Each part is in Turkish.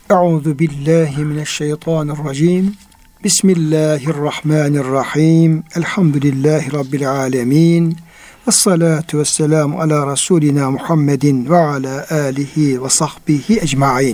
Euzu billahi mineşşeytanirracim. Bismillahirrahmanirrahim. Elhamdülillahi Rabbil alemin. Vessalatu vesselamu ala Resulina Muhammedin ve ala alihi ve sahbihi ecmain.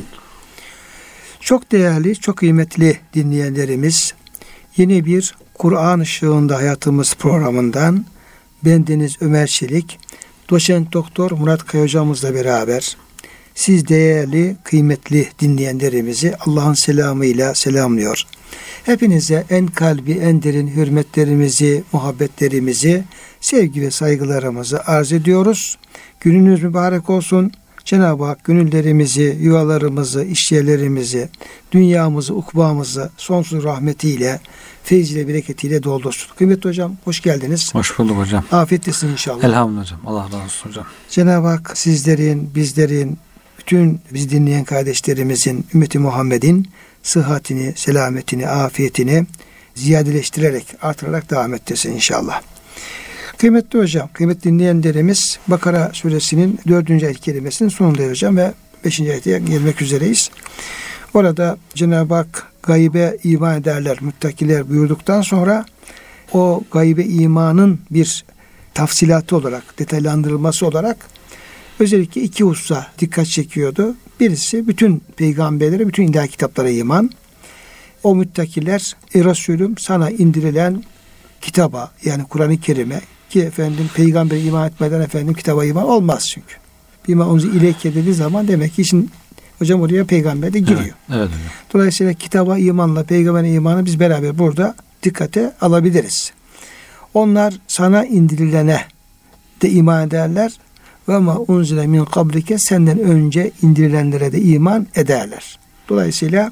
Çok değerli, çok kıymetli dinleyenlerimiz, yeni bir Kur'an ışığında hayatımız programından bendeniz Ömer Çelik, Doçent Doktor Murat Kaya hocamızla beraber siz değerli, kıymetli dinleyenlerimizi Allah'ın selamıyla selamlıyor. Hepinize en kalbi, en derin hürmetlerimizi, muhabbetlerimizi, sevgi ve saygılarımızı arz ediyoruz. Gününüz mübarek olsun. Cenab-ı Hak gönüllerimizi, yuvalarımızı, işyerlerimizi, dünyamızı, ukbamızı sonsuz rahmetiyle, feyziyle, bereketiyle doldursun. Kıymetli hocam, hoş geldiniz. Hoş bulduk hocam. Afiyetlesin inşallah. Elhamdülillah hocam. Allah razı olsun hocam. Cenab-ı Hak sizlerin, bizlerin, bütün bizi dinleyen kardeşlerimizin, ümmeti Muhammed'in sıhhatini, selametini, afiyetini ziyadeleştirerek, artırarak devam ettirsin inşallah. Kıymetli hocam, kıymetli dinleyenlerimiz, Bakara suresinin 4. ayet kerimesinin sonundayız hocam ve 5. ayete gelmek üzereyiz. Orada Cenab-ı Hak gaybe iman ederler, müttakiler buyurduktan sonra o gaybe imanın bir tafsilatı olarak, detaylandırılması olarak özellikle iki hususa dikkat çekiyordu. Birisi bütün peygamberlere, bütün ilahi kitaplara iman. O müttakiler, Resulüm sana indirilen kitaba, yani Kur'an-ı Kerim'e, ki efendim peygambere iman etmeden efendim kitaba iman olmaz çünkü. Bima unzile ileyke dediği zaman demek ki işin hocam oraya peygamber de giriyor. Evet. Dolayısıyla kitaba imanla peygambere imanı biz beraber burada dikkate alabiliriz. Onlar sana indirilene de iman ederler ve ma unzile min kablike, senden önce indirilenlere de iman ederler. Dolayısıyla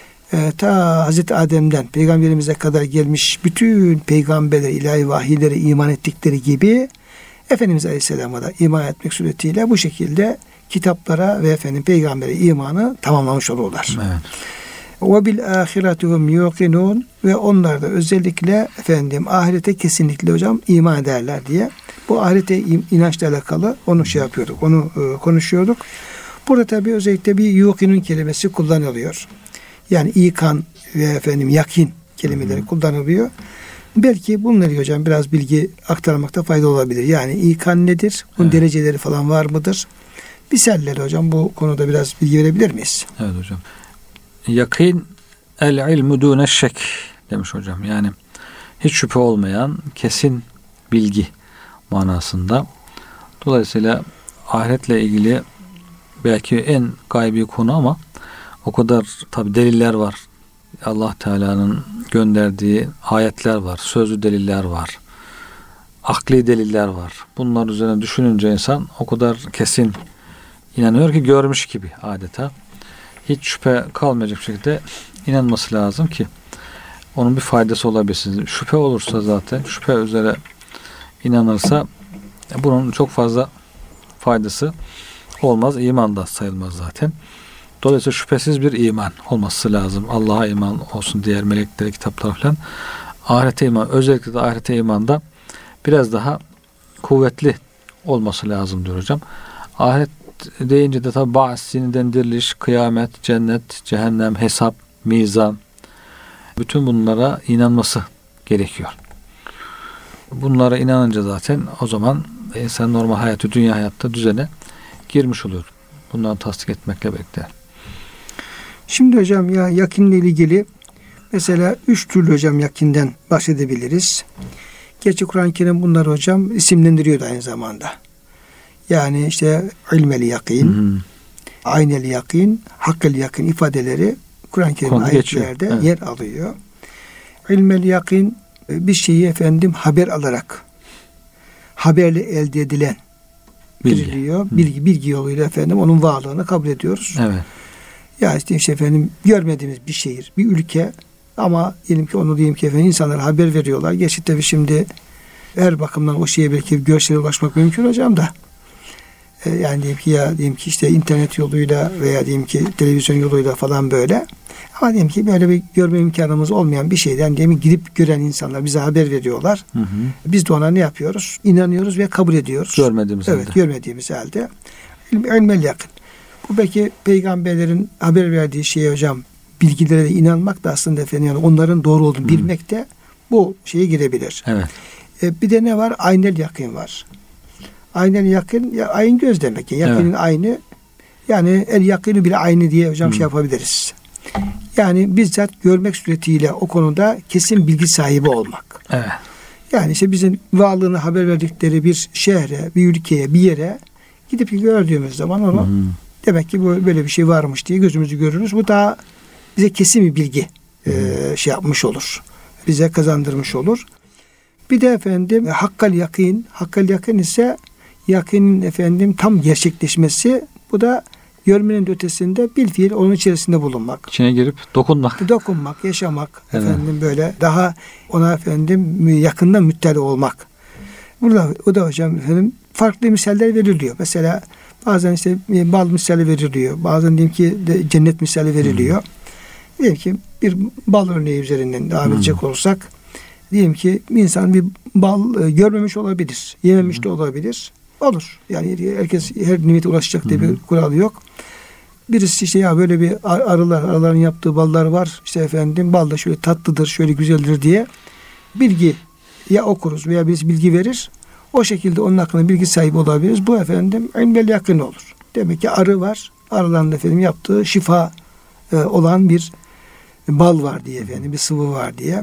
ta Hazreti Adem'den peygamberimize kadar gelmiş bütün peygamberler, ilahi vahiylere iman ettikleri gibi Efendimiz Aleyhisselam'a da iman etmek suretiyle bu şekilde kitaplara ve efendim peygambere imanı tamamlamış olurlar. Evet. Ve bil ahiratuhum yuqinun, ve onlar da özellikle efendim ahirete kesinlikle hocam iman ederler diye bu ahirete inançla alakalı onu yapıyorduk, onu konuşuyorduk. Burada tabii özellikle bir yuqinun kelimesi kullanılıyor. Yani ikan ve efendim yakin kelimeleri kullanılıyor. Belki bunları hocam biraz bilgi aktarmakta fayda olabilir. Yani ikan nedir? Bunun dereceleri falan var mıdır? Misalleri hocam bu konuda biraz bilgi verebilir miyiz? Evet hocam. Yakin el ilmu dune şek demiş hocam. Yani hiç şüphe olmayan kesin bilgi manasında. Dolayısıyla ahiretle ilgili belki en gaybi konu ama o kadar tabi deliller var. Allah Teala'nın gönderdiği ayetler var, sözlü deliller var, akli deliller var. Bunlar üzerine düşününce insan o kadar kesin inanıyor ki görmüş gibi adeta. Hiç şüphe kalmayacak şekilde inanması lazım ki onun bir faydası olabilsin. Şüphe olursa zaten, şüphe üzere inanırsa bunun çok fazla faydası olmaz. İman da sayılmaz zaten. Dolayısıyla şüphesiz bir iman olması lazım. Allah'a iman olsun, diğer meleklere, kitaplara falan. Ahirete iman, özellikle de ahirete imanda biraz daha kuvvetli olması lazım diyor hocam. Ahiret deyince de tabi ba'as, yeniden diriliş, kıyamet, cennet, cehennem, hesap, mizan, bütün bunlara inanması gerekiyor. Bunlara inanınca zaten o zaman insan normal hayatı, dünya hayatta düzene girmiş oluyor. Bunları tasdik etmekle birlikte. Şimdi hocam ya yakinle ilgili mesela 3 türlü hocam yakinden bahsedebiliriz. Gerçi Kur'an-ı Kerim bunları hocam isimlendiriyor da aynı zamanda. Yani işte ilmeli yakin, ayneli yakin, hakkeli yakin ifadeleri Kur'an-ı Kerim ayetlerde yer alıyor. İlmeli yakin bir şeyi efendim haber alarak, haberle elde edilen bililiyor. Bilgi yoluyla efendim onun varlığını kabul ediyoruz. Evet. Ya işte efendim görmediğimiz bir şehir, bir ülke ama diyelim ki onu diyelim ki efendim insanlara haber veriyorlar. Gerçi tabii şimdi her bakımdan o şeye belki görsele ulaşmak mümkün hocam da. Yani diyelim ki işte internet yoluyla veya diyelim ki televizyon yoluyla falan böyle. Ama diyelim ki böyle bir görme imkanımız olmayan bir şeyden diyelim ki gidip gören insanlar bize haber veriyorlar. Biz de ona ne yapıyoruz? İnanıyoruz ve kabul ediyoruz. Görmediğimiz halde. Evet, görmediğimiz halde. İlmel yakın. Bu belki peygamberlerin haber verdiği şeye hocam, bilgilere de inanmak da aslında efendim yani onların doğru olduğunu bilmek de bu şeye girebilir. Evet. Bir de ne var? Aynel yakın var. Aynel yakın, ya ayın göz demek. Yakının aynı. Yani el yakını bile aynı diye hocam şey yapabiliriz. Yani bizzat görmek suretiyle o konuda kesin bilgi sahibi olmak. Evet. Yani işte bizim varlığını haber verdikleri bir şehre, bir ülkeye, bir yere gidip gördüğümüz zaman onu demek ki böyle bir şey varmış diye gözümüzü görürüz. Bu daha bize kesin bir bilgi şey yapmış olur. Bize kazandırmış olur. Bir de efendim hakkal yakın. Hakkal yakın ise yakının efendim tam gerçekleşmesi. Bu da görmenin ötesinde bilfiil onun içerisinde bulunmak. İçine girip dokunmak, yaşamak, efendim böyle daha ona efendim yakından müttali olmak. Burada o da hocam efendim farklı misaller veriliyor. Mesela bazen işte bal misali veriliyor. Bazen diyelim ki de cennet misali veriliyor. Diyelim ki bir bal örneği üzerinden devam edecek olursak, diyelim ki bir insan bir bal görmemiş olabilir, yememiş de olabilir. Olur. Yani herkes her nimete ulaşacak diye bir kural yok. Birisi işte ya böyle bir arıların yaptığı ballar var. İşte efendim bal da şöyle tatlıdır, şöyle güzeldir diye bilgi ya okuruz veya birisi bilgi verir. O şekilde onun hakkında bilgi sahibi olabiliriz. Bu efendim ilmel yakın olur. Demek ki arı var. Arıların efendim yaptığı şifa olan bir bal var diye efendim, bir sıvı var diye.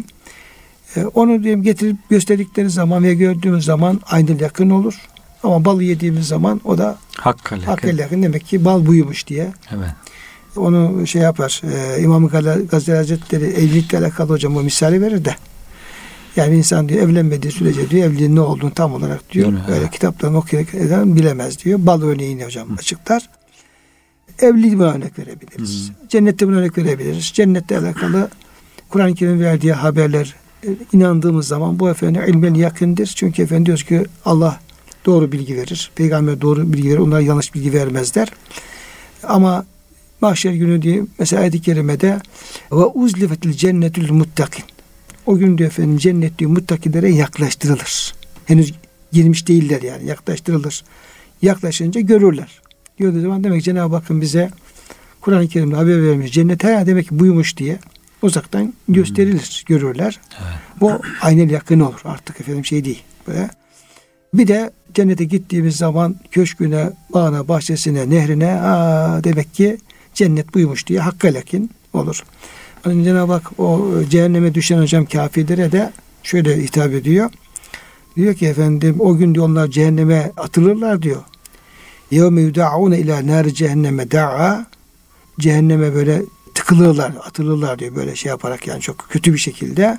Onu diyelim getirip gösterdikleri zaman ve gördüğümüz zaman aynı yakın olur. Ama balı yediğimiz zaman o da hakkal yakın. Demek ki bal buymuş diye. Evet. Onu şey yapar. İmam Gazali Hazretleri evlilikle alakalı hocam o misali verir de. Yani insan diyor evlenmediği sürece diyor evliliğin ne olduğunu tam olarak diyor. Böyle kitaplarını okuyarak bilemez diyor. Bal örneğini hocam açıklar. Evliliği buna örnek verebiliriz. Cennette buna örnek verebiliriz. Cennette alakalı Kur'an-ı Kerim verdiği haberler inandığımız zaman bu efendim ilmel yakındır. Çünkü efendim diyoruz ki Allah doğru bilgi verir. Peygamber doğru bilgi verir. Onlar yanlış bilgi vermezler. Ama mahşer günü diye mesela ayet-i kerimede ve uzlifetil cennetül muttakin. O gün diyor efendim cennet diyor muttakilere yaklaştırılır. Henüz girmiş değiller yani yaklaştırılır. Yaklaşınca görürler. Gördüğü zaman demek ki Cenab-ı Hakk'ın bize Kur'an-ı Kerim'de haber vermiş. Cennet demek ki buymuş diye uzaktan gösterilir, görürler. Evet. Bu aynel yakın olur artık efendim şey değil. Böyle. Bir de cennete gittiğimiz zaman köşküne, bağına, bahçesine, nehrine demek ki cennet buymuş diye hakka yakın olur. Yani Cenab-ı Hak o cehenneme düşen hocam kafirlere de şöyle hitap ediyor. Diyor ki efendim o gün diyor onlar cehenneme atılırlar diyor. يَوْمَ يُدَعُونَ اِلَى نَارِ cehenneme da'a. Cehenneme böyle tıkılırlar, atılırlar diyor böyle şey yaparak yani çok kötü bir şekilde.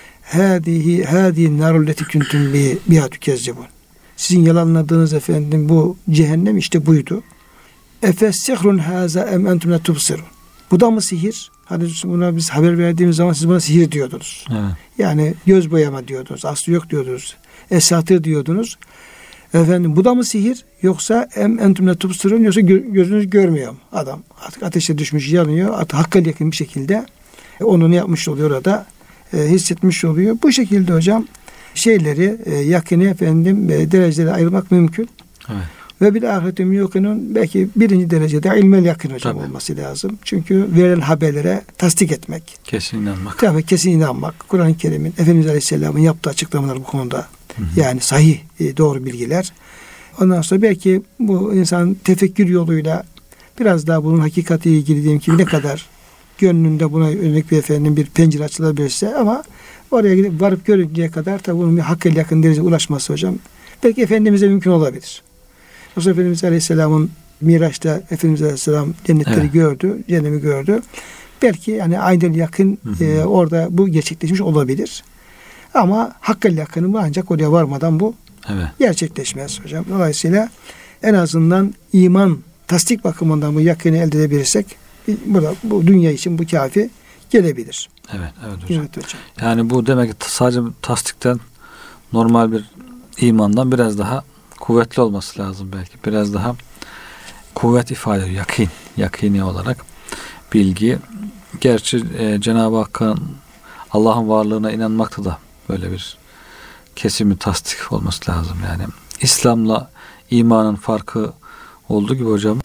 هَذِهِ نَارُ الَّتِ كُنْتُمْ بِهَا تُكَذِّبُونَ. Sizin yalanladığınız efendim bu cehennem işte buydu. اَفَسِّحْرٌ هَذَا اَمْ اَنْتُمْ لَتُبْصِرُونَ. Bu da mı sihir? Hani buna biz haber verdiğimiz zaman siz buna sihir diyordunuz. Evet. Yani göz boyama diyordunuz. Aslı yok diyordunuz. Esatır diyordunuz. Efendim bu da mı sihir? Yoksa entüm letubsirun yoksa gözünüz görmüyor mu? Adam artık ateşe düşmüş yanıyor. Artık hakkal yakın bir şekilde onu ne yapmış oluyor orada? Hissetmiş oluyor. Bu şekilde hocam şeyleri yakını efendim derecelere ayırmak mümkün. Evet. Ve bir ahiretim yokunun belki birinci derecede ilmel yakın hocam olması lazım. Çünkü verilen haberlere tasdik etmek. Kesin inanmak. Tabii kesin inanmak. Kur'an-ı Kerim'in Efendimiz Aleyhisselam'ın yaptığı açıklamalar bu konuda. Yani sahih doğru bilgiler. Ondan sonra belki bu insan tefekkür yoluyla biraz daha bunun hakikatiyle ilgili diyelim ki ne kadar gönlünde buna yönelik bir efendim bir pencere açılabilirse ama oraya gidip varıp görünceye kadar tabi bunun bir hakka yakın dereceye ulaşması hocam belki Efendimiz'e mümkün olabilir. Yoksa Efendimiz Aleyhisselam'ın Miraç'ta Efendimiz Aleyhisselam cennetleri gördü, cehennemi gördü. Belki yani aynen yakın orada bu gerçekleşmiş olabilir. Ama hakkal yakını mı ancak oraya varmadan bu gerçekleşmez hocam. Dolayısıyla en azından iman, tasdik bakımından bu yakını elde edebilirsek bu dünya için bu kafi gelebilir. Evet hocam. Evet hocam. Yani bu demek ki sadece tasdikten normal bir imandan biraz daha kuvvetli olması lazım belki. Biraz daha kuvvet ifade ediyor. Yakini olarak bilgi. Gerçi Cenab-ı Hakk'ın Allah'ın varlığına inanmakta da böyle bir kesimi tasdik olması lazım. Yani İslam'la imanın farkı olduğu gibi hocam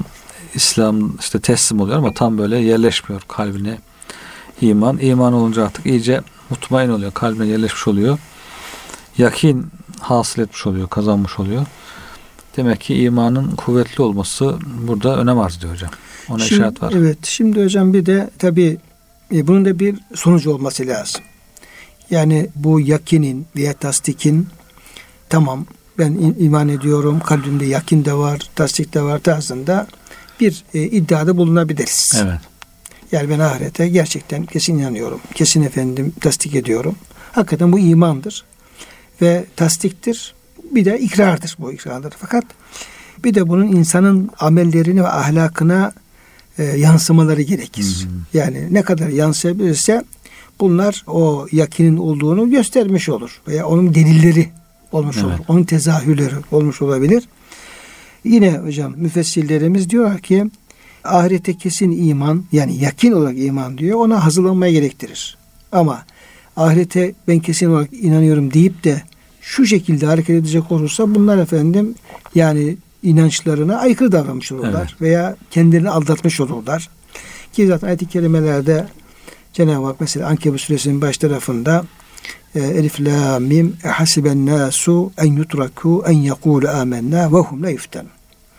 İslam işte teslim oluyor ama tam böyle yerleşmiyor kalbine iman. İman olunca artık iyice mutmain oluyor. Kalbine yerleşmiş oluyor. Yakin hasıl etmiş oluyor, kazanmış oluyor. Demek ki imanın kuvvetli olması burada önem arz ediyor hocam. Ona işaret var. Evet. Şimdi hocam bir de tabii bunun da bir sonucu olması lazım. Yani bu yakinin veya tasdikin, tamam ben iman ediyorum, kalbimde yakin de var, tasdik de var tarzında bir iddiada bulunabiliriz. Evet. Yani ben ahirete gerçekten kesin inanıyorum. Kesin efendim tasdik ediyorum. Hakikaten bu imandır. Ve tasdiktir. Bir de ikrardır. Bu ikrardır. Fakat bir de bunun insanın amellerine ve ahlakına yansımaları gerekir. Yani ne kadar yansıyabilirse bunlar o yakinin olduğunu göstermiş olur. Veya onun delilleri olmuş olur. Onun tezahürleri olmuş olabilir. Yine hocam müfessirlerimiz diyorlar ki ahirete kesin iman, yani yakin olarak iman diyor, ona hazırlanmaya gerektirir. Ama ahirete ben kesin olarak inanıyorum deyip de şu şekilde hareket edecek olursa bunlar efendim yani inançlarına aykırı davranmış olurlar. Evet. Veya kendilerini aldatmış olurlar. Ki zaten ayet-i kerimelerde Cenab-ı Hak mesela Ankebut suresinin baş tarafında Elif la mim hasiben nasu en yutraku en yekulu amennâ ve hum la yuftanun.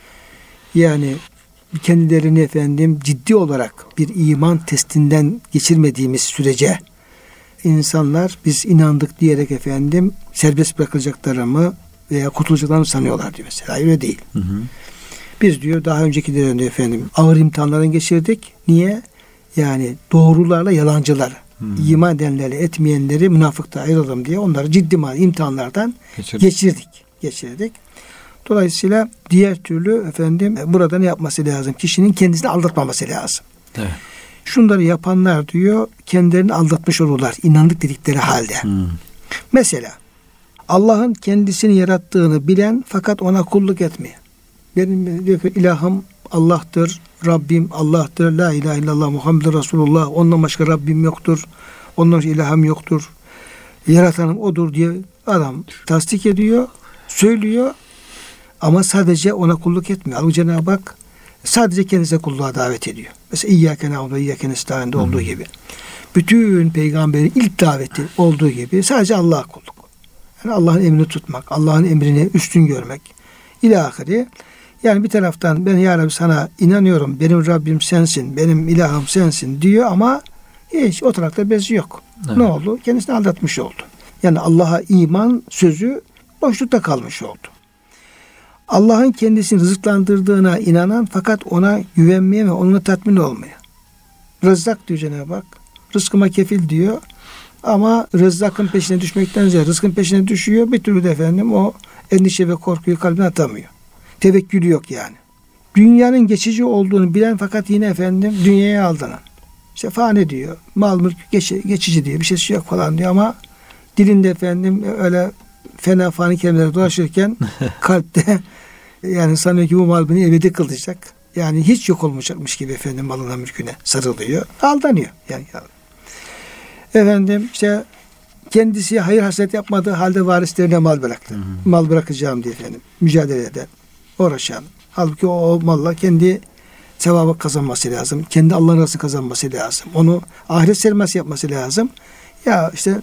Yani kendilerini efendim ciddi olarak bir iman testinden geçirmediğimiz sürece insanlar biz inandık diyerek efendim serbest bırakılacakları mı veya kurtulacaklarını sanıyorlar diyor mesela. Öyle değil. Biz diyor daha önceki dönemde efendim ağır imtihanlardan geçirdik. Niye? Yani doğrularla yalancılar, iman edenlerle etmeyenleri münafıkta ayıralım diye onları ciddi imtihanlardan geçirdik. Dolayısıyla diğer türlü efendim burada ne yapması lazım? Kişinin kendisini aldatmaması lazım. Evet. Şunları yapanlar diyor kendilerini aldatmış olurlar inandık dedikleri halde. Mesela Allah'ın kendisini yarattığını bilen fakat ona kulluk etmeyen. Benim diyor ki ilahım Allah'tır, Rabbim Allah'tır, la ilahe illallah Muhammed Resulullah, ondan başka Rabbim yoktur, ondan başka ilahım yoktur, yaratanım odur diye adam tasdik ediyor, söylüyor ama sadece ona kulluk etmiyor. Allah Cenab-ı Hak sadece kendisine kulluğa davet ediyor. Mesela İyyâke na'budu ve İyyâke nestaîn olduğu gibi. Bütün peygamberin ilk daveti olduğu gibi sadece Allah'a kulluk. Yani Allah'ın emrini tutmak, Allah'ın emrini üstün görmek. İlâhiri. Yani bir taraftan ben ya Rabbi sana inanıyorum, benim Rabbim sensin, benim ilahım sensin diyor ama hiç o tarafta bezi yok. Evet. Ne oldu? Kendisini aldatmış oldu. Yani Allah'a iman sözü boşlukta kalmış oldu. Allah'ın kendisini rızıklandırdığına inanan fakat ona güvenmeye ve onunla tatmin olmaya. Rezzak diyor Cenab-ı Hak. Rızkıma kefil diyor. Ama Rezzak'ın peşine düşmekten ziyade rızkın peşine düşüyor. Bir türlü de efendim o endişe ve korkuyu kalbine atamıyor. Tevekkülü yok yani. Dünyanın geçici olduğunu bilen fakat yine efendim dünyaya aldanan. İşte fani diyor. Mal mülk geçici diyor. Bir şey yok falan diyor ama dilinde efendim öyle fena fani kelimeler dolaşırken kalpte yani sanıyor ki bu mal beni ebedi kılacak. Yani hiç yok olmayacakmış gibi efendim malına mülküne sarılıyor. Aldanıyor. Yani efendim işte kendisi hayır haset yapmadığı halde varislerine mal bıraktı. Mal bırakacağım diye efendim mücadele eden, uğraşan. Halbuki o malla kendi sevabı kazanması lazım. Kendi Allah'ın rızasını kazanması lazım. Onu ahiret sermayesi yapması lazım. Ya işte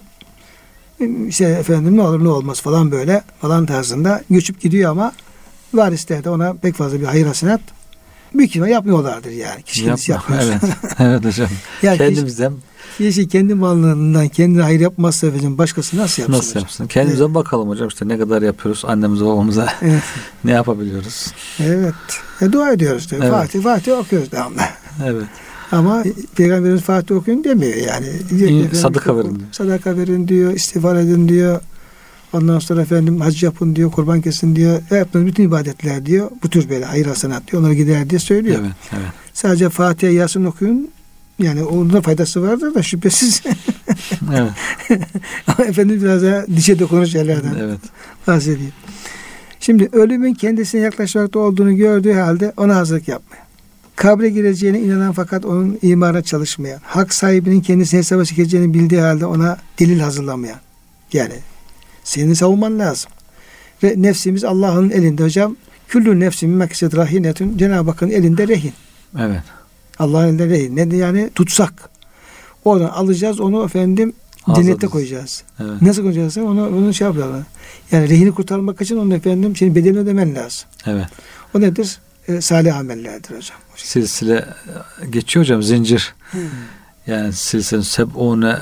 efendim ne olur ne olmaz falan böyle falan tarzında göçüp gidiyor ama varisler de ona pek fazla bir hayır hasenat büyük ihtimalle yapmıyorlardır yani. Kişi kendisi yapmıyor. Evet. Evet hocam. Yani kendimizden kişi kendi mallarından kendine hayır yapmazsa efendim başkası nasıl yapsın? Nasıl yapsın? Kendimize bakalım hocam işte ne kadar yapıyoruz annemize babamıza. Evet. Ne yapabiliyoruz? Evet. Dua ediyoruz diyor. Evet. Fatih okuyoruz devamlı. Evet. Ama Peygamberimiz Fatih okuyun demiyor yani. Sadaka verin diyor. Sadaka verin diyor. İstiğfar edin diyor. Ondan sonra efendim hac yapın diyor. Kurban kesin diyor. Yaptığınız bütün ibadetler diyor. Bu tür böyle hayır hasenat diyor. Onları gider diye söylüyor. Evet, evet. Sadece Fatiha, Yasin okuyun. Yani onun faydası vardır da şüphesiz. Evet. Ama efendim biraz daha dişe dokunur şeylerden bahsediyor. Şimdi ölümün kendisine yaklaşmakta olduğunu gördüğü halde ona hazırlık yapmaya. Kabre gireceğine inanan fakat onun imana çalışmayan. Hak sahibinin kendisine hesaba çekeceğini bildiği halde ona delil hazırlamayan. Yani seni savunman lazım. Ve nefsimiz Allah'ın elinde hocam. Küllü nefsin mekset rahinetün. Cenab-ı Hakk'ın elinde rehin. Evet. Allah'ın elinde rehin. Ne yani? Tutsak. Oradan alacağız onu efendim cennete koyacağız. Evet. Nasıl koyacağız? Onu şey yapıyorlar. Yani rehini kurtarmak için onun efendim senin bedelini ödemen lazım. Evet. O nedir? Salih amellerdir hocam. Silsile geçiyor hocam, zincir. Yani silsilenin seb'une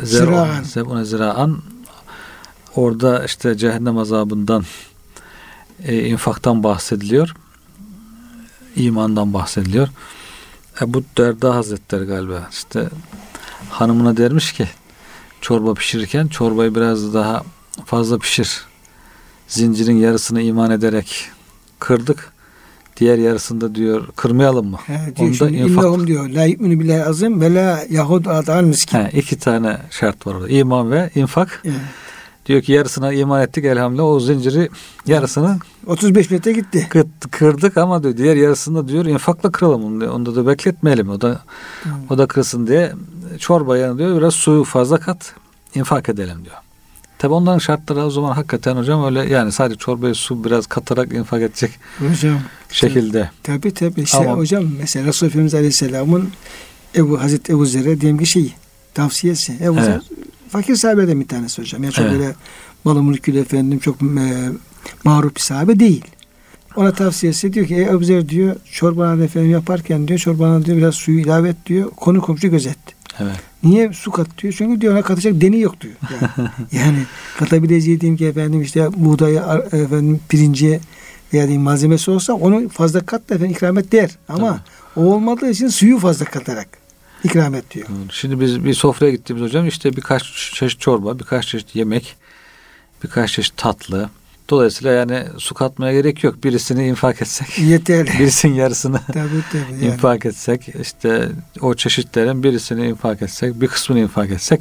zira'an. Orada işte cehennem azabından, infaktan bahsediliyor. İmandan bahsediliyor. Ebu Derda Hazretleri galiba işte hanımına dermiş ki çorba pişirirken çorbayı biraz daha fazla pişir. Zincirin yarısını iman ederek kırdık. Diğer yarısında diyor kırmayalım mı? Onda infak diyor. La yu'minu billahi azim ve la yahud adal miskin. İki tane şart var orada. İman ve infak. Evet. Diyor ki yarısına iman ettik elhamdülillah. O zinciri yarısını 35 metre gitti. Kırdık ama diyor diğer yarısında diyor infakla kıralım. Onu da bekletmeyelim. O da kırsın diye çorbaya diyor biraz suyu fazla kat infak edelim diyor. Tabi onların şartları o zaman hakikaten hocam öyle yani sadece çorbaya su biraz katarak infak edecek hocam, şekilde. Tabi işte ama, hocam mesela Resulullah Efendimiz Aleyhisselam'ın Hazreti Ebu Zer'e diyelim ki tavsiyesi. Ebu Zer fakir sahabeden bir tanesi hocam. Yani çok böyle malı mülküyle efendim çok mağrup bir sahabe değil. Ona tavsiyesi diyor ki Ebu Zer diyor çorbanı efendim yaparken diyor çorbanı diyor biraz suyu ilave et diyor. Konu komşu gözet. Evet. Niye su kat diyor? Çünkü diyor ona katacak deni yok diyor. Yani katabileceği diyeyim ki efendim işte buğdaya efendim pirinci veya diyeyim malzemesi olsa onu fazla kat da efendim ikram et der. Ama o olmadığı için suyu fazla katarak ikram et diyor. Şimdi biz bir sofraya gittiğimiz hocam işte birkaç çeşit çorba, birkaç çeşit yemek, birkaç çeşit tatlı. Dolayısıyla yani su katmaya gerek yok. Birisini infak etsek. Yeter. Birisinin yarısını tabii, infak etsek. İşte o çeşitlerin birisini infak etsek. Bir kısmını infak etsek.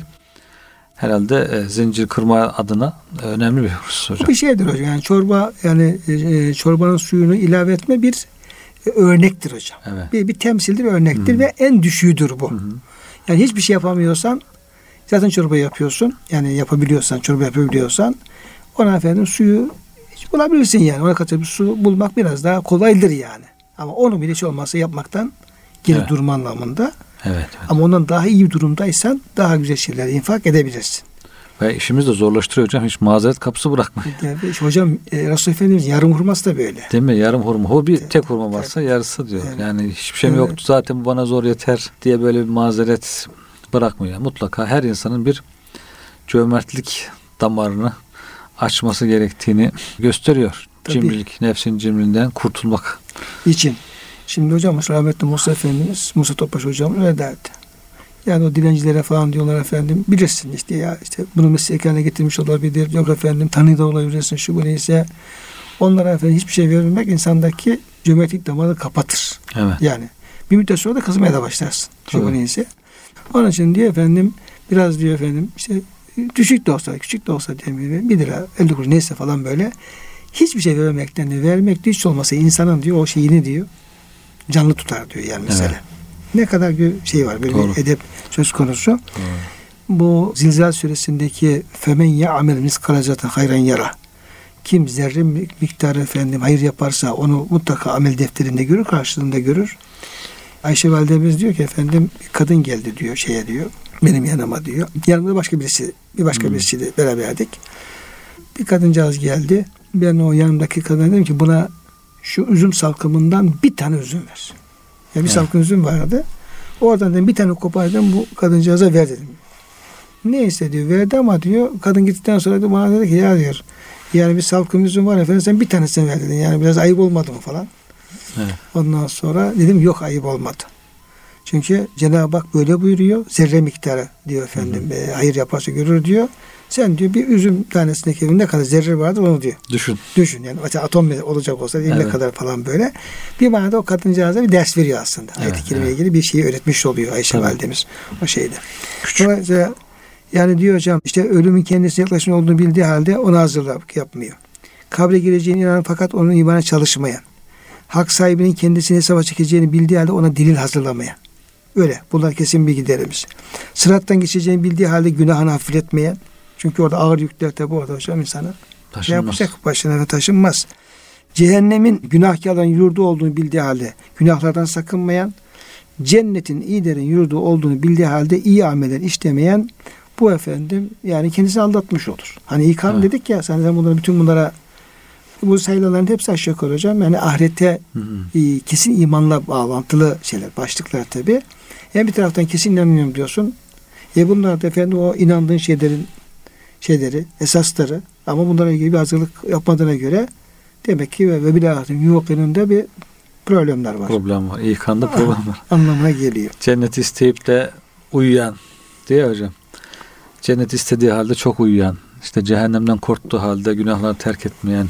Herhalde zincir kırma adına önemli bir husus hocam. Bu bir şeydir hocam. Yani çorba yani çorbanın suyunu ilave etme bir örnektir hocam. Evet. Bir temsildir, örnektir ve en düşüğüdür bu. Hı-hı. Yani hiçbir şey yapamıyorsan zaten çorba yapıyorsun. Yani yapabiliyorsan, çorba yapabiliyorsan ona efendim suyu hiç bulabilirsin yani. Ona katı bir su bulmak biraz daha kolaydır yani. Ama onu bile hiç olmazsa yapmaktan geri durma anlamında. Evet. Ama ondan daha iyi bir durumdaysan daha güzel şeyler infak edebilirsin. Ve işimiz de zorlaştırıyor hocam. Hiç mazeret kapısı bırakmayın. Hocam Resulullah Efendimiz yarım hurması da böyle. Değil mi? Yarım hurma. O bir tek hurma varsa yarısı diyor. Evet. Yani hiçbir şeyim yoktu zaten bu bana zor yeter diye böyle bir mazeret bırakmıyor. Mutlaka her insanın bir cömertlik damarını açması gerektiğini gösteriyor. Tabii. Cimrilik, nefsin cimriliğinden kurtulmak için. Şimdi hocam rahmetli Musa Efendimiz, Musa Topbaş hocam öyle derdi. Yani o dilencilere falan diyorlar efendim bilirsin işte ya işte bunu meslek haline getirmiş olabilir. Yok efendim tanrı da olabilirsin şu bu neyse. Onlara efendim hiçbir şey vermemek insandaki cömertlik damarını kapatır. Evet. Yani bir müddet sonra da kızmaya da başlarsın. Şu bu neyse. Onun için diyor efendim biraz diyor efendim işte düşük de olsa, küçük de olsa demiyor. 1 lira, 50 kuruş neyse falan böyle. Hiçbir şey vermekten de vermek de hiç olmasa insanın diyor o şeyini diyor canlı tutar diyor yani mesela. Evet. Ne kadar bir şey var böyle bir edep söz konusu. Doğru. Bu Zilzal suresindeki femen ya'mel miskale zarratin hayran yara. Kim zerre miktarı efendim hayır yaparsa onu mutlaka amel defterinde görür, karşılığında görür. Ayşe validemiz diyor ki efendim kadın geldi diyor şeye diyor. Benim yanıma diyor. Yanımda başka birisiyle beraberdik. Bir kadıncağız geldi. Ben o yanımdaki kadına dedim ki buna şu üzüm salkımından bir tane üzüm ver. Yani bir salkım üzüm vardı. Oradan dedim bir tane kopardım bu kadıncağıza ver dedim. Neyse diyor verdi ama diyor kadın gittikten sonra da bana dedi ki ya diyor yani bir salkım üzüm var efendim sen bir tanesini ver dedin. Yani biraz ayıp olmadı mı falan. Evet. Ondan sonra dedim yok ayıp olmadı. Çünkü Cenab-ı Hak böyle buyuruyor. Zerre miktarı diyor efendim. Hayır yaparsa görür diyor. Sen diyor bir üzüm tanesindeki ne kadar zerre vardır onu diyor. Düşün. Yani atom olacak olsa ne kadar falan böyle. Bir manada o kadıncağıza bir ders veriyor aslında. Evet, ayet-i kerimeyle ilgili bir şeyi öğretmiş oluyor Ayşe validemiz o şeyde. Dolayısıyla yani diyor hocam işte ölümün kendisine yaklaşmış olduğunu bildiği halde ona hazırlık yapmıyor. Kabre gireceğine inanan fakat onun imana çalışmayan. Hak sahibinin kendisini hesaba çekeceğini bildiği halde ona delil hazırlamayan. Öyle. Bunlar kesin bilgilerimiz. Sırattan geçeceğini bildiği halde günahını hafifletmeyen. Çünkü orada ağır yükler tabi orada hocam insana. Ne yapacak? Başına da taşınmaz. cehennemin günahkarların yurdu olduğunu bildiği halde günahlardan sakınmayan, cennetin iyilerin yurdu olduğunu bildiği halde iyi ameller işlemeyen, bu efendim yani kendisini aldatmış olur. Hani ikan dedik ya, sen bunları, bütün bunlara, bu sayılanların hepsi aşağı yukarı hocam. Yani ahirete kesin imanla bağlantılı şeyler, başlıklar tabi. Yani bir taraftan kesin inanıyorum diyorsun. Bunlar da efendim o inandığın şeyleri, esasları, ama bunlara ilgili bir hazırlık yapmadığına göre demek ki ve bilahâtim yuvakininde bir problemler var. Problem var. İkanda problem var. Anlamına geliyor. Cennet isteyip de uyuyan diye hocam. Cennet istediği halde çok uyuyan, işte cehennemden korktuğu halde günahları terk etmeyen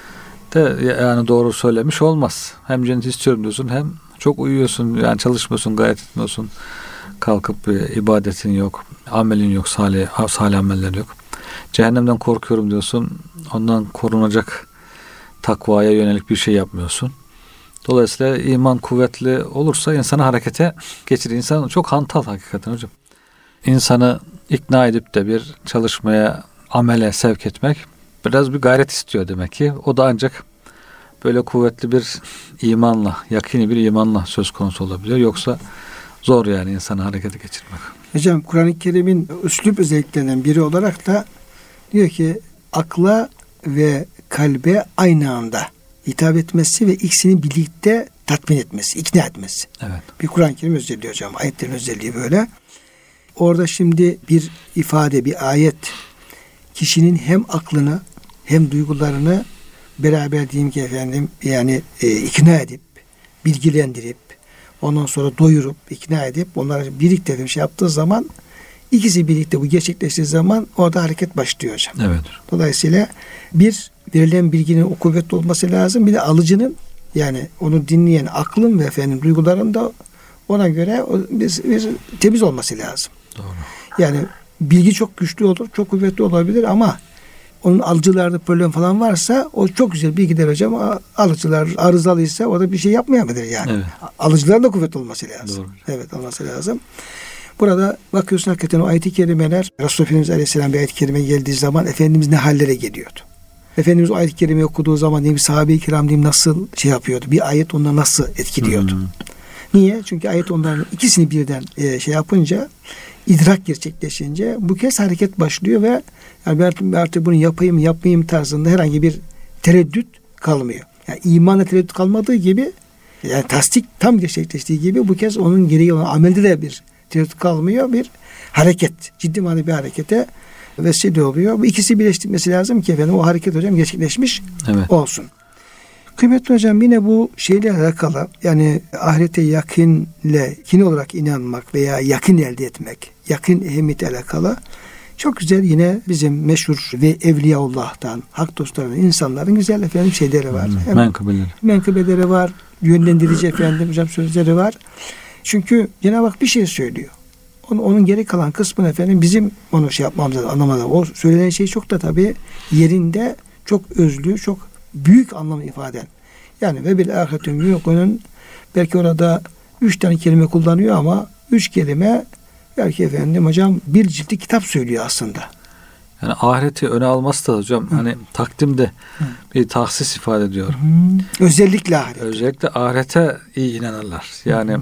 de yani doğru söylemiş olmaz. Hem cennet istiyorum diyorsun, hem çok uyuyorsun, yani çalışmıyorsun, gayret etmiyorsun. Kalkıp ibadetin yok, amelin yok, salih ameller yok. Cehennemden korkuyorum diyorsun, ondan korunacak takvaya yönelik bir şey yapmıyorsun. Dolayısıyla iman kuvvetli olursa insanı harekete geçirir. İnsan çok hantal hakikaten hocam. İnsanı ikna edip de bir çalışmaya, amele sevk etmek biraz bir gayret istiyor demek ki. O da ancak böyle kuvvetli bir imanla, yakini bir imanla söz konusu olabiliyor. Yoksa zor yani insanı harekete geçirmek. Hocam Kur'an-ı Kerim'in üslup özelliklerinden biri olarak da diyor ki akla ve kalbe aynı anda hitap etmesi ve ikisini birlikte tatmin etmesi, ikna etmesi. Evet. Bir Kur'an-ı Kerim özelliği hocam. Ayetlerin özelliği böyle. Orada şimdi bir ifade, bir ayet kişinin hem aklını hem duygularını beraber diyeyim ki efendim yani ikna edip, bilgilendirip, ondan sonra doyurup, ikna edip onları birlikte bir şey yaptığı zaman, ikisi birlikte bu gerçekleştiği zaman orada hareket başlıyor hocam. Evet. Dolayısıyla bir verilen bilginin o kuvvetli olması lazım. Bir de alıcının, yani onu dinleyen aklın ve efendim duyguların da ona göre bir temiz olması lazım. Doğru. Yani bilgi çok güçlü olur, çok kuvvetli olabilir ama onun alıcılarda problem falan varsa o çok güzel bilgiler hocam, alıcılar arızalıysa o da bir şey yapmayabilir yani. Evet. Alıcıların da kuvvetli olması lazım. Doğru. Evet, olması lazım. Burada bakıyorsun hakikaten o ayet-i kerimeler, Resulullah Efendimiz Aleyhisselam bir ayet-i kerime geldiği zaman Efendimiz ne hallere geliyordu? Efendimiz o ayet-i kerimeyi okuduğu zaman diyeyim, sahabe-i kiram diyeyim nasıl şey yapıyordu? Bir ayet onları nasıl etkiliyordu? Niye? Çünkü ayet onların ikisini birden şey yapınca, idrak gerçekleşince bu kez hareket başlıyor ve yani ben artık bunu yapayım yapmayayım tarzında herhangi bir tereddüt kalmıyor. Yani imanla tereddüt kalmadığı gibi, yani tasdik tam gerçekleştiği gibi bu kez onun gereği olan amelde de bir tereddüt kalmıyor. Bir hareket, ciddi manada bir harekete vesile oluyor. Bu ikisi birleştirmesi lazım ki efendim o hareket hocam gerçekleşmiş olsun. Kıymetli hocam, yine bu şeyle alakalı, yani ahirete yakin olarak inanmak veya yakin elde etmek, yakin ehemmiyeti alakalı çok güzel yine bizim meşhur ve Evliyaullah'tan, hak dostlarından, insanların güzel efendim şeyleri var. Menkıbeleri var, yönlendirici efendim hocam sözleri var. Çünkü Cenab-ı Hak bir şey söylüyor. Onun geri kalan kısmını efendim bizim onu şey yapmamız lazım, anlamadan. O söylenen şey çok da tabii yerinde, çok özlü, çok büyük anlamı ifaden. Yani ve bil ahiretün yuqunun, belki orada 3 tane kelime kullanıyor ama 3 kelime belki efendim hocam bir ciltli kitap söylüyor aslında. Yani ahireti öne alması da hocam hani takdimde bir tahsis ifade ediyor. Özellikle ahiret. Özellikle ahirete iyi inanırlar. Yani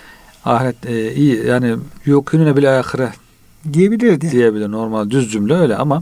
ahiret iyi, yani yuqinune bil ahire diyebilir. Normal düz cümle öyle ama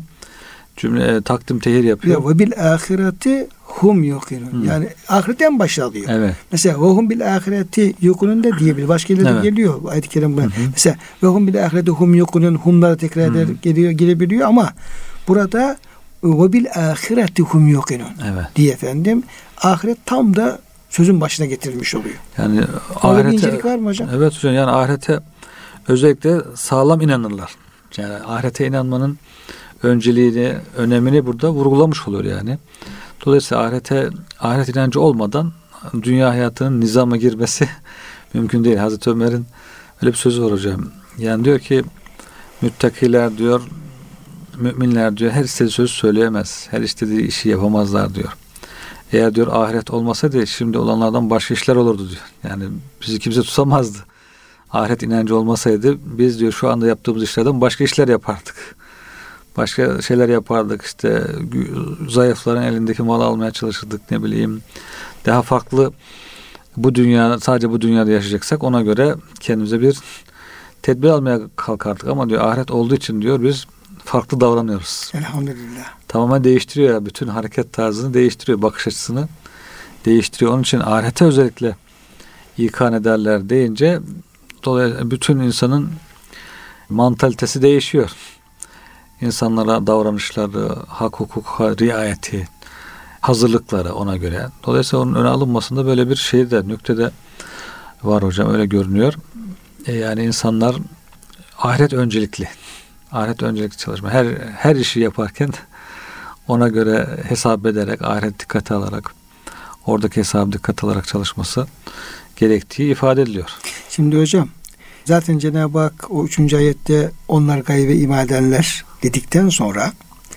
cümle takdim tehir yapıyor. Ve bil ahireti hum yuqinun. Yani ahiretten başlıyor. Evet. Mesela ve hum bil ahireti yuqinun da diyebilir. Başka yerlerde geliyor ayet-i kerimde. Mesela ve hum bil ahireti hum yuqinun, humlara tekrar eder, gelebiliyor ama burada ve bil ahireti hum yuqinun diye efendim ahiret tam da sözün başına getirilmiş oluyor. Yani ahirete incelik var mı hocam? Evet hocam, yani ahirete özellikle sağlam inanırlar. Yani ahirete inanmanın önceliğini, önemini burada vurgulamış oluyor yani. Dolayısıyla ahiret inancı olmadan dünya hayatının nizama girmesi mümkün değil. Hazreti Ömer'in öyle bir sözü var hocam. Yani diyor ki müttakiler diyor, müminler diyor her istediği sözü söyleyemez. Her istediği işi yapamazlar diyor. Eğer diyor ahiret olmasaydı şimdi olanlardan başka işler olurdu diyor. Yani bizi kimse tutamazdı. Ahiret inancı olmasaydı biz diyor şu anda yaptığımız işlerden başka işler yapardık. Başka şeyler yapardık, işte zayıfların elindeki malı almaya çalışırdık, ne bileyim. Daha farklı, bu dünya, sadece bu dünyada yaşayacaksak ona göre kendimize bir tedbir almaya kalkardık, ama diyor ahiret olduğu için diyor biz farklı davranıyoruz. Elhamdülillah. Tamamen değiştiriyor ya, bütün hareket tarzını değiştiriyor, bakış açısını değiştiriyor. Onun için ahirete özellikle ikan ederler deyince dolayısıyla bütün insanın mantalitesi değişiyor. İnsanlara davranışları, hak hukuka riayeti, hazırlıkları ona göre. Dolayısıyla onun öne alınmasında böyle bir şey de, nükte de var hocam, öyle görünüyor. Yani insanlar ahiret öncelikli. Ahiret öncelikli çalışma. Her işi yaparken ona göre hesap ederek, ahiret dikkate alarak, oradaki hesabı dikkate alarak çalışması gerektiği ifade ediliyor. Şimdi hocam, zaten Cenab-ı Hak o 3. ayette onlar gaybe iman edenler dedikten sonra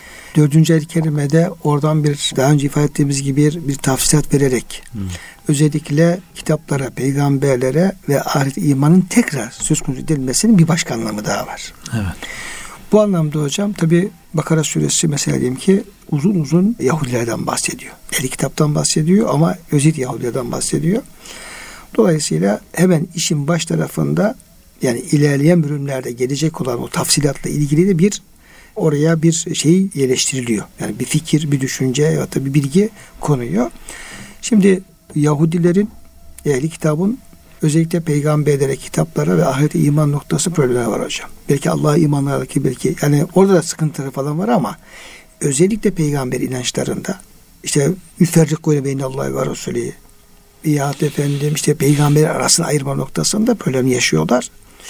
4. ayet-i kerimede oradan bir, daha önce ifade ettiğimiz gibi bir tafsilat vererek özellikle kitaplara, peygamberlere ve ahiret imanın tekrar söz konusu edilmesinin bir başka anlamı daha var. Evet. Bu anlamda hocam tabi Bakara suresi mesela diyelim ki uzun uzun Yahudilerden bahsediyor. Ehli kitaptan bahsediyor ama özet Yahudilerden bahsediyor. Dolayısıyla hemen işin baş tarafında, yani ilerleyen bölümlerde gelecek olan o tafsilatla ilgili de bir oraya bir şey yerleştiriliyor. Yani bir fikir, bir düşünce ya da bir bilgi konuyor. Şimdi Yahudilerin, ehli kitabın özellikle peygamberlere, kitaplara ve ahirete iman noktası problemi var hocam. Belki Allah'a imanlardaki, belki yani orada da sıkıntıları falan var ama özellikle peygamber inançlarında işte yüferrikûne beynallâhi ve rasûlî ya efendim işte peygamber arasını ayırma noktasında problem yaşıyorlar.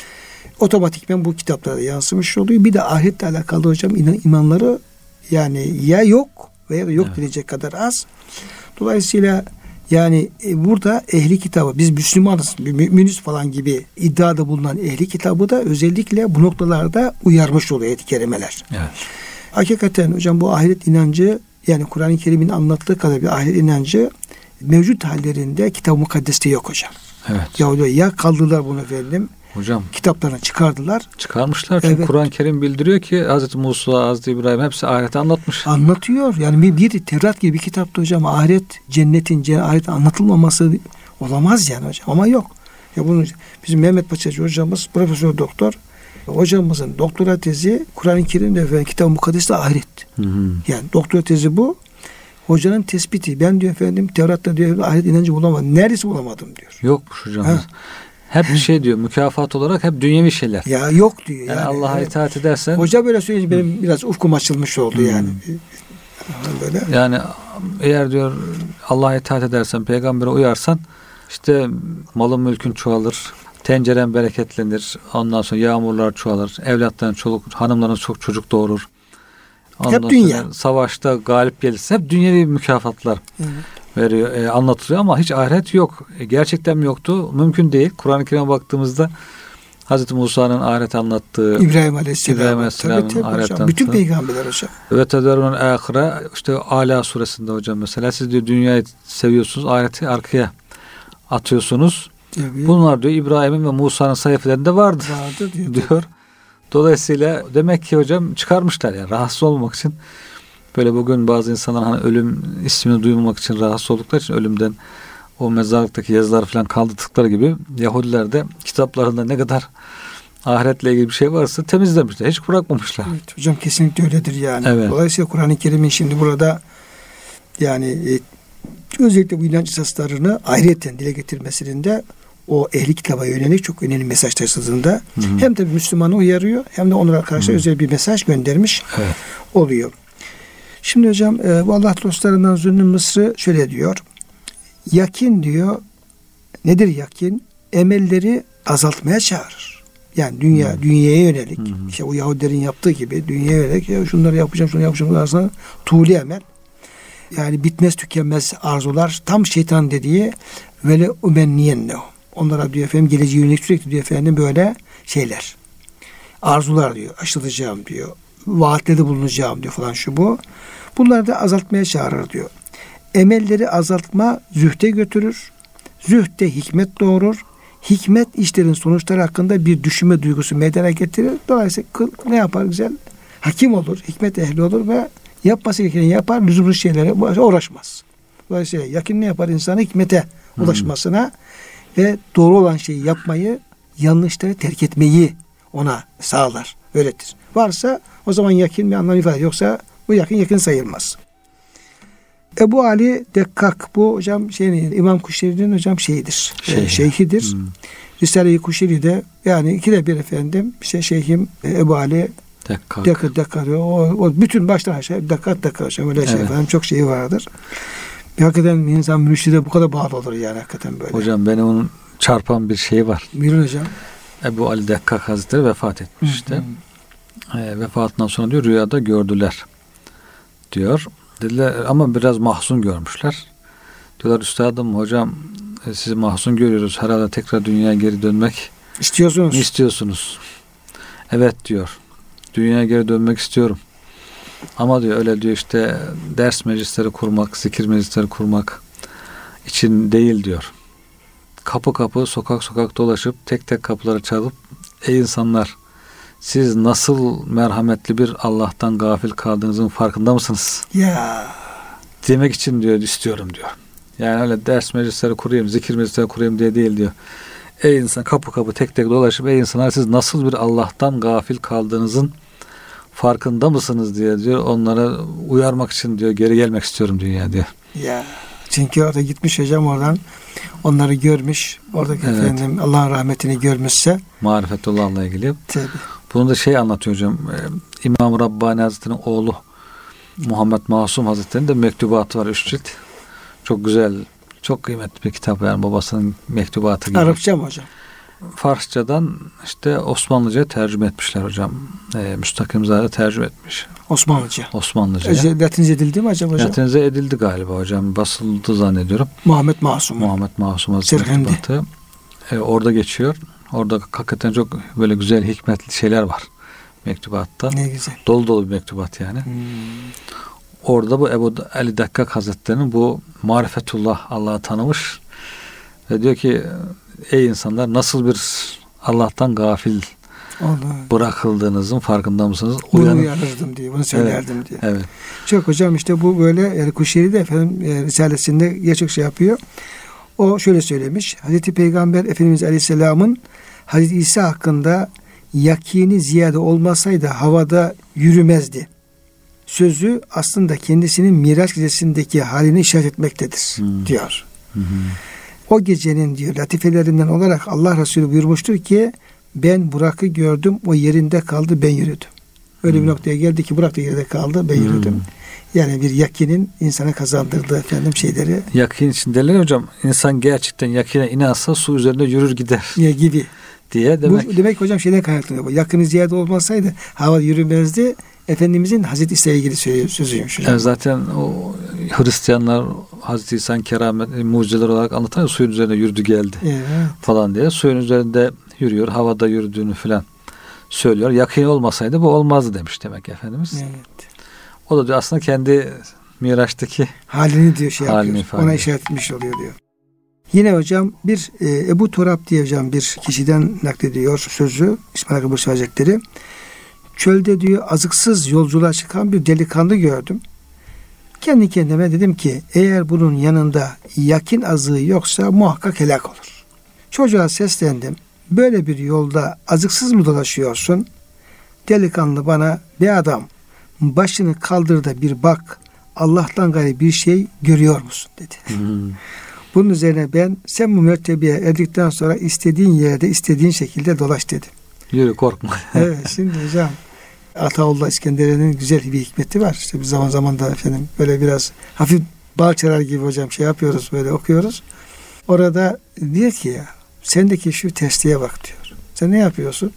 Otomatikmen bu kitaplara yansımış oluyor. Bir de ahiretle alakalı hocam imanları yani ya yok veya da yok denecek kadar az. Dolayısıyla yani burada ehli kitabı, biz Müslümanız, müminiz falan gibi iddiada bulunan ehli kitabı da özellikle bu noktalarda uyarmış oluyor ayet-i kerimeler. Evet. Hakikaten hocam bu ahiret inancı, yani Kur'an-ı Kerim'in anlattığı kadar bir ahiret inancı mevcut hallerinde Kitab-ı Mukaddes'te yok hocam. Evet. Ya kaldılar bunu efendim. Hocam kitaplarını çıkardılar. Çıkarmışlar. Çünkü Kur'an-ı Kerim bildiriyor ki Hazreti Musa, Hazreti İbrahim hepsi ahireti anlatmış. Anlatıyor. Yani bir Tevrat gibi bir kitapta hocam ahiret, cennetin, ahiretin anlatılmaması olamaz yani hocam. Ama yok. Ya bunu bizim Mehmet Paçacı hocamız, profesör doktor, hocamızın doktora tezi Kur'an-ı Kerim'de efendim Kitab-ı Mukaddes'te ahiret. Yani doktora tezi bu. Hocanın tespiti. Ben diyor efendim Tevrat'ta diyor ahiret inancı bulamadım. Neredeyse bulamadım diyor. Yokmuş hocam. Hep bir şey diyor, mükafat olarak hep dünyevi şeyler. Ya yok diyor. Yani Allah'a itaat edersen. Hoca böyle söyleyince benim biraz ufkum açılmış oldu yani. Böyle. Yani eğer diyor Allah'a itaat edersen, peygambere uyarsan işte malın mülkün çoğalır, tenceren bereketlenir, ondan sonra yağmurlar çoğalır, evlatların, hanımların çok çocuk doğurur. Ondan hep dünya. Savaşta galip gelirse hep dünyevi mükafatlar veriyor, anlatılıyor ama hiç ahiret yok. Gerçekten mi yoktu? Mümkün değil. Kur'an-ı Kerim'e baktığımızda Hazreti Musa'nın ahiret anlattığı, İbrahim Aleyhisselam'ın ahiret anlattığı. Bütün peygamberler hocam. Ve tederun ahire, işte Ala suresinde hocam mesela siz diyor dünyayı seviyorsunuz, ahireti arkaya atıyorsunuz. Tabii. Bunlar diyor İbrahim'in ve Musa'nın sayfelerinde vardı diyor. Dolayısıyla demek ki hocam çıkarmışlar yani rahatsız olmamak için. Böyle bugün bazı insanlar hani ölüm ismini duymamak için rahatsız oldukları için ölümden o mezarlıktaki yazılar falan kaldırdıkları gibi Yahudiler de kitaplarında ne kadar ahiretle ilgili bir şey varsa temizlemişler. Hiç bırakmamışlar. Evet hocam kesinlikle öyledir yani. Evet. Dolayısıyla Kur'an-ı Kerim'in şimdi burada yani özellikle bu inanç esaslarını ayrıyeten dile getirmesinin de o ehli kitaba yönelik çok önemli mesaj taşıdığında hem de Müslümanı uyarıyor hem de onlara karşı özel bir mesaj göndermiş oluyor. Şimdi hocam bu Allah dostlarından Zünnün Mısır'ı şöyle diyor. Yakin diyor. Nedir yakin? Emelleri azaltmaya çağırır. Yani dünyaya yönelik. İşte o Yahudilerin yaptığı gibi dünyaya yönelik. Ya şunları yapacağım, şunu yapacağım. Aslında tuğli emel. Yani bitmez tükenmez arzular. Tam şeytan dediği vele umenniyennehu. Onlara diyor efendim geleceğe yönelik sürekli diyor efendim böyle şeyler. Arzular diyor. Aşılacağım diyor. Vaatlerde bulunacağım diyor falan şu bu. Bunları da azaltmaya çağırır diyor. Emelleri azaltma zühde götürür. Zühde hikmet doğurur. Hikmet işlerin sonuçları hakkında bir düşünme duygusu meydana getirir. Dolayısıyla ne yapar güzel? hakim olur, hikmet ehli olur ve yapması gerekeni yapar, lüzumlu şeylere uğraşmaz. Dolayısıyla yakın ne yapar? İnsanı hikmete ulaşmasına ve doğru olan şeyi yapmayı, yanlışları terk etmeyi ona sağlar, öğretir. Varsa o zaman yakın bir anlam ifade. Yoksa bu yakın sayılmaz. Ebu Ali Dekkak, bu hocam İmam Kuşeyri'nin hocam şeyhidir. Risale-i Kuşeyri'de yani ikide bir efendim şeyhim Ebu Ali Dekkak. O bütün baştan aşağı Dekkak hocam öyle şey falan çok şeyi vardır. Hakikaten insan mürşide bu kadar bağlı olur yani hakikaten böyle. Hocam benim onun çarpan bir şeyi var. Buyurun hocam. Ebu Ali Dekkak Hazretleri vefat etmişti. Vefatından sonra diyor rüyada gördüler diyor. Dediler ama biraz mahzun görmüşler. Diyorlar üstadım hocam sizi mahzun görüyoruz. Herhalde tekrar dünyaya geri dönmek istiyorsunuz. Evet diyor. Dünyaya geri dönmek istiyorum. Ama diyor öyle diyor işte ders meclisleri kurmak, zikir meclisleri kurmak için değil diyor. Kapı kapı, sokak sokak dolaşıp tek tek kapıları çalıp ey insanlar siz nasıl merhametli bir Allah'tan gafil kaldığınızın farkında mısınız? Ya. Demek için diyor istiyorum diyor. Yani öyle ders meclisleri kurayım, zikir meclisleri kurayım diye değil diyor. Ey insan kapı kapı tek tek dolaşıp ey insanlar siz nasıl bir Allah'tan gafil kaldığınızın farkında mısınız diyor. Onlara uyarmak için diyor geri gelmek istiyorum dünya diyor. Ya. Çünkü orada gitmiş hocam oradan onları görmüş. Oradaki efendim Allah'ın rahmetini görmüşse. Marifetullah'la ilgili. Tabii. Bunu da anlatıyor hocam. İmam Rabbani Hazretleri'nin oğlu Muhammed Masum Hazretleri'nin de mektubatı var 3 cilt. Çok güzel, çok kıymetli bir kitap yani babasının mektubatı gibi. Arapça mı hocam? Farsçadan Osmanlıca tercüme etmişler hocam. Müstakim Zade tercüme etmiş. Osmanlıca. Latinize edildi mi acaba hocam? Latinize edildi galiba hocam. Basıldı zannediyorum. Muhammed Masum Hazretleri mektubatı. Orada geçiyor. Orada hakikaten çok böyle güzel hikmetli şeyler var mektubatta. Ne güzel. Dolu dolu bir mektubat yani. Orada bu Ebu Ali Dekkak Hazretleri'nin bu marifetullah Allah'ı tanımış ve diyor ki ey insanlar nasıl bir Allah'tan gafil bırakıldığınızın farkında mısınız? Bunu uyarırdım diye, bunu söylerdim diye. Evet. Çok hocam bu böyle yani Kuşeyri de efendim Risalesinde gerçek yapıyor. O şöyle söylemiş. Hazreti Peygamber Efendimiz Aleyhisselam'ın Hazreti İsa hakkında yakini ziyade olmasaydı havada yürümezdi. Sözü aslında kendisinin Miraç gecesindeki halini işaret etmektedir diyor. O gecenin diyor latifelerinden olarak Allah Resulü buyurmuştur ki ben Burak'ı gördüm o yerinde kaldı ben yürüdüm. Öyle bir noktaya geldi ki Burak da yerde kaldı ben yürüdüm. Yani bir yakinin insana kazandırdığı efendim şeyleri. Yakin için derler hocam insan gerçekten yakine inansa su üzerinde yürür gider. Gibi. Diye demek. Bu demek hocam şeyden kaynaklanıyor. Bu yakını ziyade olmasaydı hava yürümezdi. Efendimizin Hazreti İsa'ya ilgili sözüymüş hocam. Zaten o Hristiyanlar Hazreti İsa'nın keramet mucizeler olarak anlatan suyun üzerinde yürüdü geldi falan diye. Suyun üzerinde yürüyor, havada yürüdüğünü falan söylüyor. Yakın olmasaydı bu olmazdı demiş demek Efendimiz. Evet. O da diyor aslında kendi Miraç'taki halini diyor yapıyor. Ona ediyor. işaret etmiş oluyor diyor. Yine hocam bir Ebu Turab diye hocam bir kişiden naklediyor sözü İsmail Hakkı Bursi Hazretleri. Çölde diyor azıksız yolculuğa çıkan bir delikanlı gördüm. Kendi kendime dedim ki eğer bunun yanında yakin azığı yoksa muhakkak helak olur. Çocuğa seslendim. Böyle bir yolda azıksız mı dolaşıyorsun? Delikanlı bana bir adam başını kaldır da bir bak Allah'tan gayrı bir şey görüyor musun dedi. Bunun üzerine ben sen bu mertebeye erdikten sonra istediğin yerde istediğin şekilde dolaş dedim. Yürü korkma. Evet şimdi hocam Ataullah İskenderiye'nin güzel bir hikmeti var. İşte bir zaman da efendim böyle biraz hafif bal çalar gibi hocam yapıyoruz böyle okuyoruz. Orada diyor ki ya sendeki şu testiye bak diyor. Sen ne yapıyorsun?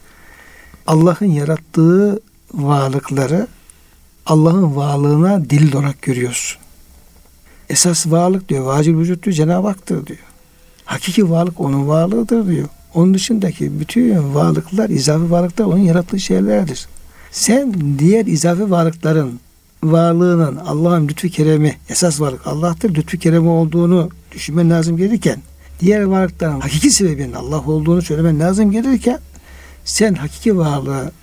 Allah'ın yarattığı varlıkları Allah'ın varlığına delil olarak görüyorsun. Esas varlık diyor, vacib vücut diyor, Cenab-ı Hak'tır diyor. Hakiki varlık onun varlığıdır diyor. Onun dışındaki bütün varlıklar, izafi varlıklar onun yarattığı şeylerdir. Sen diğer izafi varlıkların varlığının Allah'ın lütfu keremi, esas varlık Allah'tır, lütfu keremi olduğunu düşünmen lazım gelirken, diğer varlıkların hakiki sebebinin Allah olduğunu söylemen lazım gelirken, sen hakiki varlığı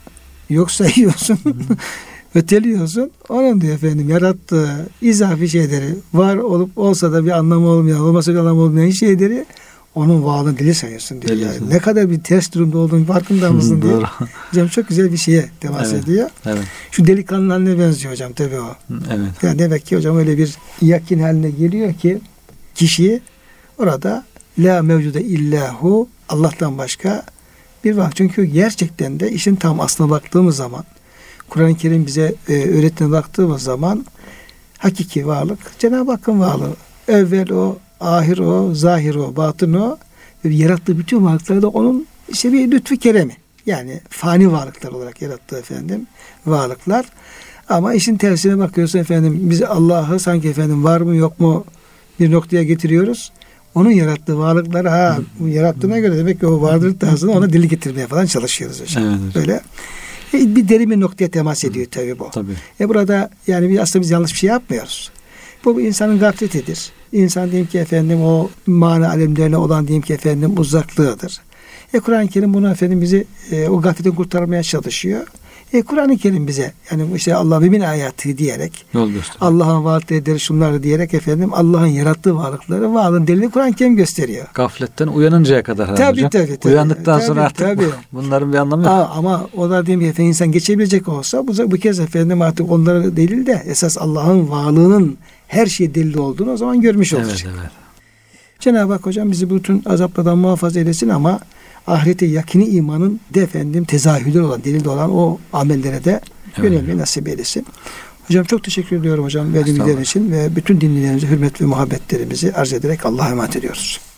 yok sayıyorsun. Öteliyorsun. Onun diyor efendim yarattığı izafi şeyleri var olup olsa da bir anlamı olmayan, olmasa bir anlamı olmayan şeyleri onun varlığını deli sayıyorsun diyor. Yani. Ne kadar bir ters durumda olduğunu farkında mısın diye. Hocam çok güzel bir şeye temas ediyor. Evet. Şu delikanlı haline benziyor hocam tabii o. Evet. Yani demek ki hocam öyle bir yakin haline geliyor ki kişi orada la mevcude illahu, Allah'tan başka bir var. Çünkü gerçekten de işin tam aslına baktığımız zaman, Kur'an-ı Kerim bize öğrettiğine baktığımız zaman hakiki varlık Cenab-ı Hakk'ın varlığı. Evvel o, ahir o, zahir o, batın o. Yarattığı bütün varlıkları da onun işte bir lütfu keremi. Yani fani varlıklar olarak yarattığı efendim varlıklar. Ama işin tersine bakıyorsun efendim, biz Allah'ı sanki efendim var mı yok mu bir noktaya getiriyoruz. Onun yarattığı varlıkları yarattığına göre demek ki o varlık tarzını ona dili getirmeye falan çalışıyoruz hocam. Evet. Böyle bir derin bir noktaya temas ediyor tabii bu. Tabii. Burada yani aslında biz yanlış bir şey yapmıyoruz. Bu insanın gafletidir. İnsan diyeyim ki efendim o mana alemlerine olan diyeyim ki efendim uzaklığıdır. Kur'an-ı Kerim bunu efendim bizi o gafletten kurtarmaya çalışıyor. Kur'an-ı Kerim bize yani işte Allah ve min ayatı diyerek Allah'ın varlıkları şunları diyerek efendim Allah'ın yarattığı varlıkları varlığın delilini Kur'an-ı Kerim gösteriyor. Gafletten uyanıncaya kadar. Tabii. Uyandıktan sonra artık bunların bir anlamı yok. Ama o da diyeyim ki efendim insan geçebilecek olsa bu kez efendim artık onlara delil de esas Allah'ın varlığının her şeye delil olduğunu o zaman görmüş olacak. Evet. Cenab-ı Hak hocam bizi bütün azaplardan muhafaza eylesin ama ahirete yakini imanın de efendim tezahürler olan, delilde olan o amellere de yönelmeyi nasip eylesin. Hocam çok teşekkür ediyorum hocam verdiğiniz bilgiler için ve bütün dinleyenlerimize hürmet ve muhabbetlerimizi arz ederek Allah'a emanet ediyoruz.